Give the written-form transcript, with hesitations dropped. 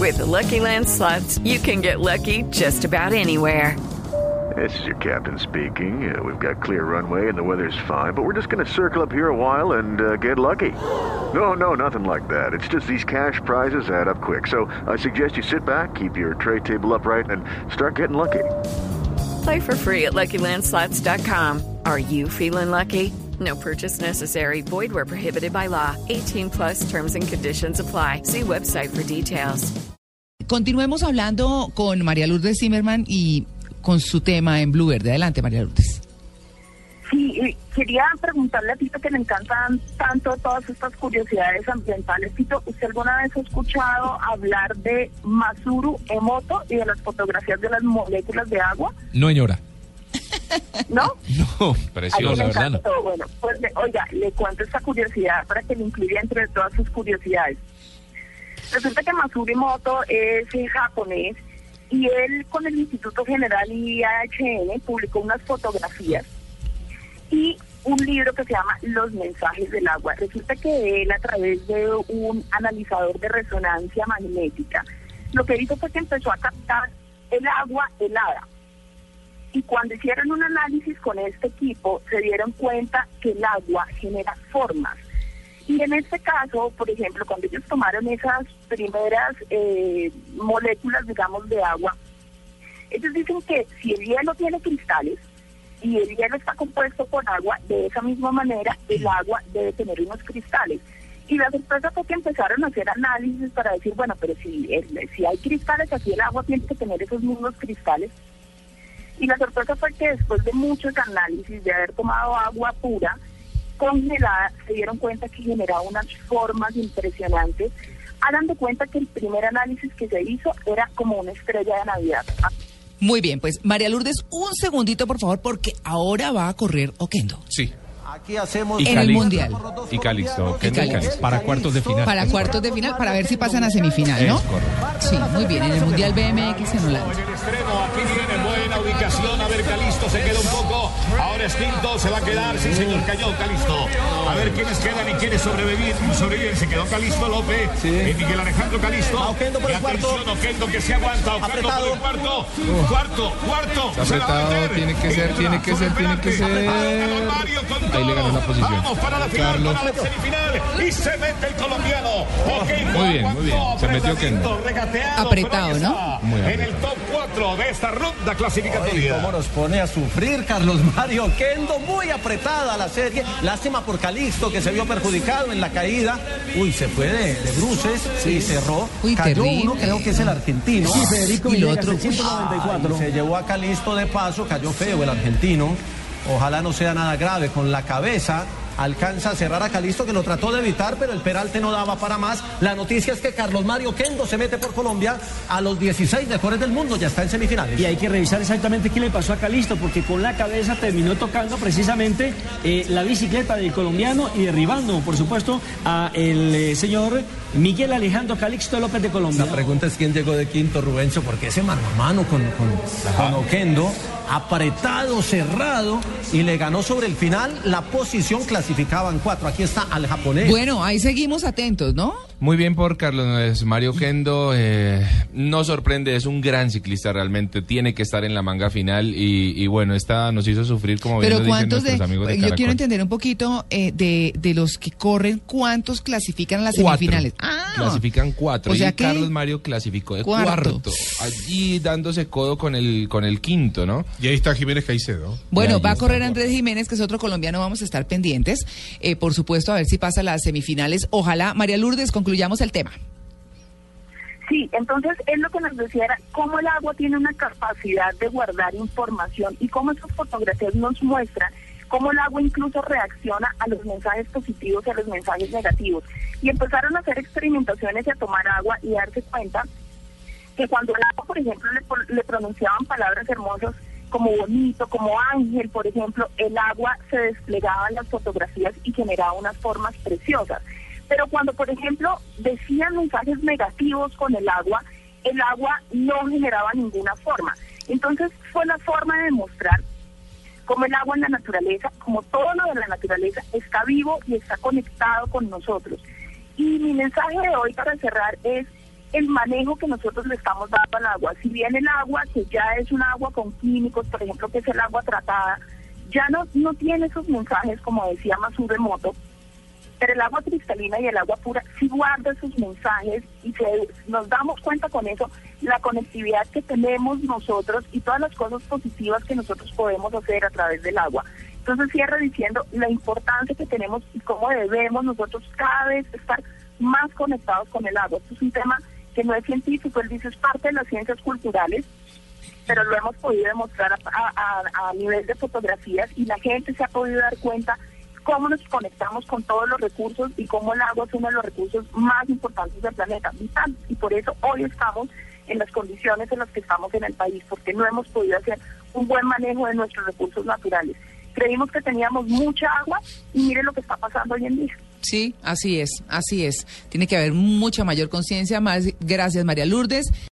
With the Lucky Land Slots, you can get lucky just about anywhere. This is your captain speaking. We've got clear runway and the weather's fine, but we're just going to circle up here a while and get lucky. No, nothing like that. It's just these cash prizes add up quick. So I suggest you sit back, keep your tray table upright, and start getting lucky. Play for free at LuckyLandSlots.com. Are you feeling lucky? No purchase necessary. Void where prohibited by law. 18 plus terms and conditions apply. See website for details. Continuemos hablando con María Lourdes Zimmerman y con su tema en Blue Verde. Adelante, María Lourdes. Sí, quería preguntarle a Tito, que le encantan tanto todas estas curiosidades ambientales. Tito, ¿usted alguna vez ha escuchado hablar de Masaru Emoto y de las fotografías de las moléculas de agua? No, señora. ¿No? No, precioso, la verdad no. Bueno, pues oiga, le cuento esta curiosidad para que le incluya entre todas sus curiosidades. Resulta que Masaru Emoto es japonés y él con el Instituto General IAHN publicó unas fotografías y un libro que se llama Los mensajes del agua. Resulta que él, a través de un analizador de resonancia magnética, lo que hizo fue que empezó a captar el agua helada. Y cuando hicieron un análisis con este equipo, se dieron cuenta que el agua genera formas. Y en este caso, por ejemplo, cuando ellos tomaron esas primeras moléculas, digamos, de agua, ellos dicen que si el hielo tiene cristales y el hielo está compuesto por agua, de esa misma manera el agua debe tener unos cristales. Y la sorpresa fue que empezaron a hacer análisis para decir, bueno, pero si hay cristales, aquí el agua tiene que tener esos mismos cristales. Y la sorpresa fue que después de muchos análisis, de haber tomado agua pura, congelada, se dieron cuenta que generaba unas formas impresionantes. Hagan de cuenta que el primer análisis que se hizo era como una estrella de Navidad. Muy bien, pues María Lourdes, un segundito, por favor, porque ahora va a correr Oquendo. Sí. Aquí hacemos en el Mundial. Y Calixto. Para cuartos de final. Para cuartos de final, para ver si pasan a semifinal, ¿no? Sí, muy bien, en el Mundial BMX en Holanda. En el extremo, aquí viene buena ubicación. A ver, Calixto se queda un poco. Ahora Stinto se va a quedar. Sí, señor, cayó Calixto. A ver quiénes quedan y quiénes sobreviven. Se quedó Calixto López. Sí. Miguel Alejandro Calixto. Oquendo por el cuarto. Oquendo que se aguanta. Oquendo por el cuarto. Cuarto. Apretado, tiene que ser. Ahí le ganó la posición. Vamos para la final, para la semifinal. Y se mete el colombiano. Muy bien. Se metió Oquendo. Apretado, ¿no? Muy en el top 4 de esta ronda clasificatoria. Ay, cómo nos pone a sufrir Carlos Mario Oquendo. Muy apretada la serie. Lástima por Calixto, que se vio perjudicado en la caída. Uy, se fue de bruces. Sí, cerró. Uy, cayó terrible. uno, creo que es el argentino. Sí, Federico y el Villegas, otro. el 194. Se llevó a Calixto de paso. Cayó feo el argentino. Ojalá no sea nada grave. Con la cabeza alcanza a cerrar a Calixto, que lo trató de evitar, pero el peralte no daba para más. La noticia es que Carlos Mario Oquendo se mete por Colombia a los 16 mejores del mundo, ya está en semifinales. Y hay que revisar exactamente qué le pasó a Calixto, porque con la cabeza terminó tocando precisamente la bicicleta del colombiano y derribando, por supuesto, a el señor Miguel Alejandro Calixto López de Colombia. La pregunta es quién llegó de quinto, Rubencho, porque ese mano a mano con Oquendo, apretado, cerrado, y le ganó sobre el final. La posición clasificaban 4. Aquí está al japonés. Bueno, ahí seguimos atentos, ¿no? Muy bien por Carlos Mario Oquendo. No sorprende, es un gran ciclista realmente. Tiene que estar en la manga final y bueno, esta nos hizo sufrir, como bien Pero nos dicen ¿cuántos nuestros amigos de yo Caracol. quiero entender un poquito de los que corren, ¿cuántos clasifican a las semifinales? Clasifican 4. O sea y que Carlos Mario clasificó de cuarto. Allí dándose codo con el quinto, ¿no? Y ahí está Jiménez Caicedo. Bueno, va a correr Andrés Jiménez, que es otro colombiano, vamos a estar pendientes. Por supuesto, a ver si pasa a las semifinales. Ojalá, María Lourdes, concluyamos el tema. Sí, entonces él lo que nos decía era cómo el agua tiene una capacidad de guardar información y cómo esas fotografías nos muestran cómo el agua incluso reacciona a los mensajes positivos y a los mensajes negativos. Y empezaron a hacer experimentaciones y a tomar agua y darse cuenta que cuando el agua, por ejemplo, le pronunciaban palabras hermosas como bonito, como ángel, por ejemplo, el agua se desplegaba en las fotografías y generaba unas formas preciosas. Pero cuando, por ejemplo, decían mensajes negativos con el agua no generaba ninguna forma. Entonces fue la forma de demostrar cómo el agua en la naturaleza, como todo lo de la naturaleza, está vivo y está conectado con nosotros. Y mi mensaje de hoy para cerrar es, el manejo que nosotros le estamos dando al agua. Si bien el agua, que ya es un agua con químicos, por ejemplo, que es el agua tratada, ya no tiene esos mensajes, como decía Masur Emoto, pero el agua cristalina y el agua pura sí guarda esos mensajes y nos damos cuenta con eso, la conectividad que tenemos nosotros y todas las cosas positivas que nosotros podemos hacer a través del agua. Entonces cierro diciendo la importancia que tenemos y cómo debemos nosotros cada vez estar más conectados con el agua. Esto es un tema que no es científico, él dice es parte de las ciencias culturales, pero lo hemos podido demostrar a nivel de fotografías y la gente se ha podido dar cuenta cómo nos conectamos con todos los recursos y cómo el agua es uno de los recursos más importantes del planeta, vital. Y por eso hoy estamos en las condiciones en las que estamos en el país, porque no hemos podido hacer un buen manejo de nuestros recursos naturales. Creímos que teníamos mucha agua y mire lo que está pasando hoy en día. Sí, así es, así es. Tiene que haber mucha mayor conciencia. Más gracias, María Lourdes.